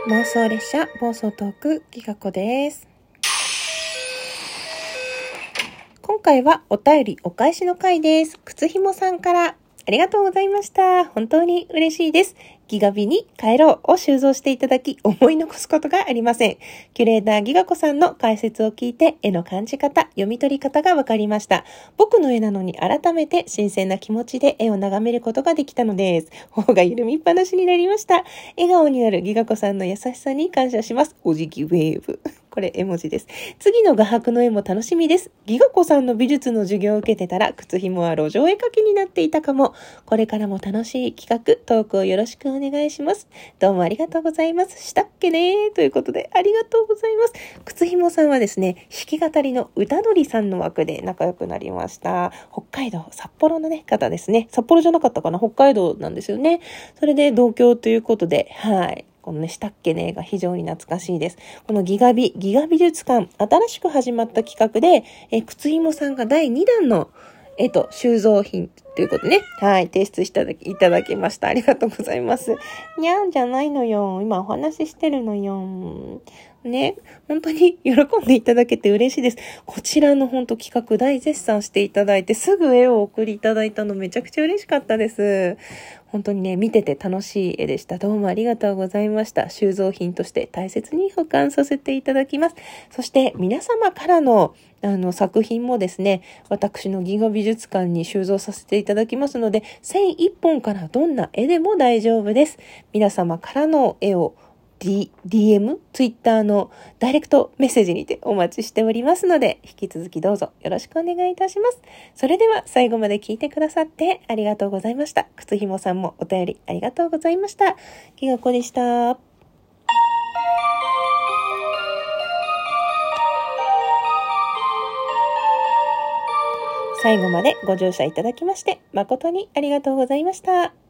妄想列車暴走トークギガ子です。今回はお便りお返しの回です。靴ひもさんからありがとうございました。本当に嬉しいです。ギガビに帰ろうを収蔵していただき思い残すことがありません。キュレーターギガ子さんの解説を聞いて絵の感じ方、読み取り方が分かりました。僕の絵なのに改めて新鮮な気持ちで絵を眺めることができたのです。頬が緩みっぱなしになりました。笑顔になるギガ子さんの優しさに感謝します。お辞儀ウェーブ。これ絵文字です。次の画伯の絵も楽しみです。ギガ子さんの美術の授業を受けてたら靴ひもは路上絵描きになっていたかも。これからも楽しい企画、トークをよろしくお願いします。どうもありがとうございます。したっけねということでありがとうございます。靴ひもさんはですね、弾き語りの歌鳥さんの枠で仲良くなりました。北海道、札幌のね、方ですね。札幌じゃなかったかな、北海道なんですよね。それで同郷ということで、はい。このね、したっけねが非常に懐かしいです。このギガ美術館、新しく始まった企画で、靴ひもさんが第2弾の収蔵品ということね。はい、提出いただきました。ありがとうございます。にゃんじゃないのよ。今お話ししてるのよ。ね、本当に喜んでいただけて嬉しいです。こちらの本当企画大絶賛していただいて、すぐ絵を送りいただいたのめちゃくちゃ嬉しかったです。本当にね、見てて楽しい絵でした。どうもありがとうございました。収蔵品として大切に保管させていただきます。そして皆様からの作品もですね、私のギガ美術館に収蔵させていただきますので、線一本からどんな絵でも大丈夫です。皆様からの絵をDM、Twitter のダイレクトメッセージにてお待ちしておりますので、引き続きどうぞよろしくお願いいたします。それでは最後まで聞いてくださってありがとうございました。靴ひもさんもお便りありがとうございました。ギガ子でした。最後までご乗車いただきまして誠にありがとうございました。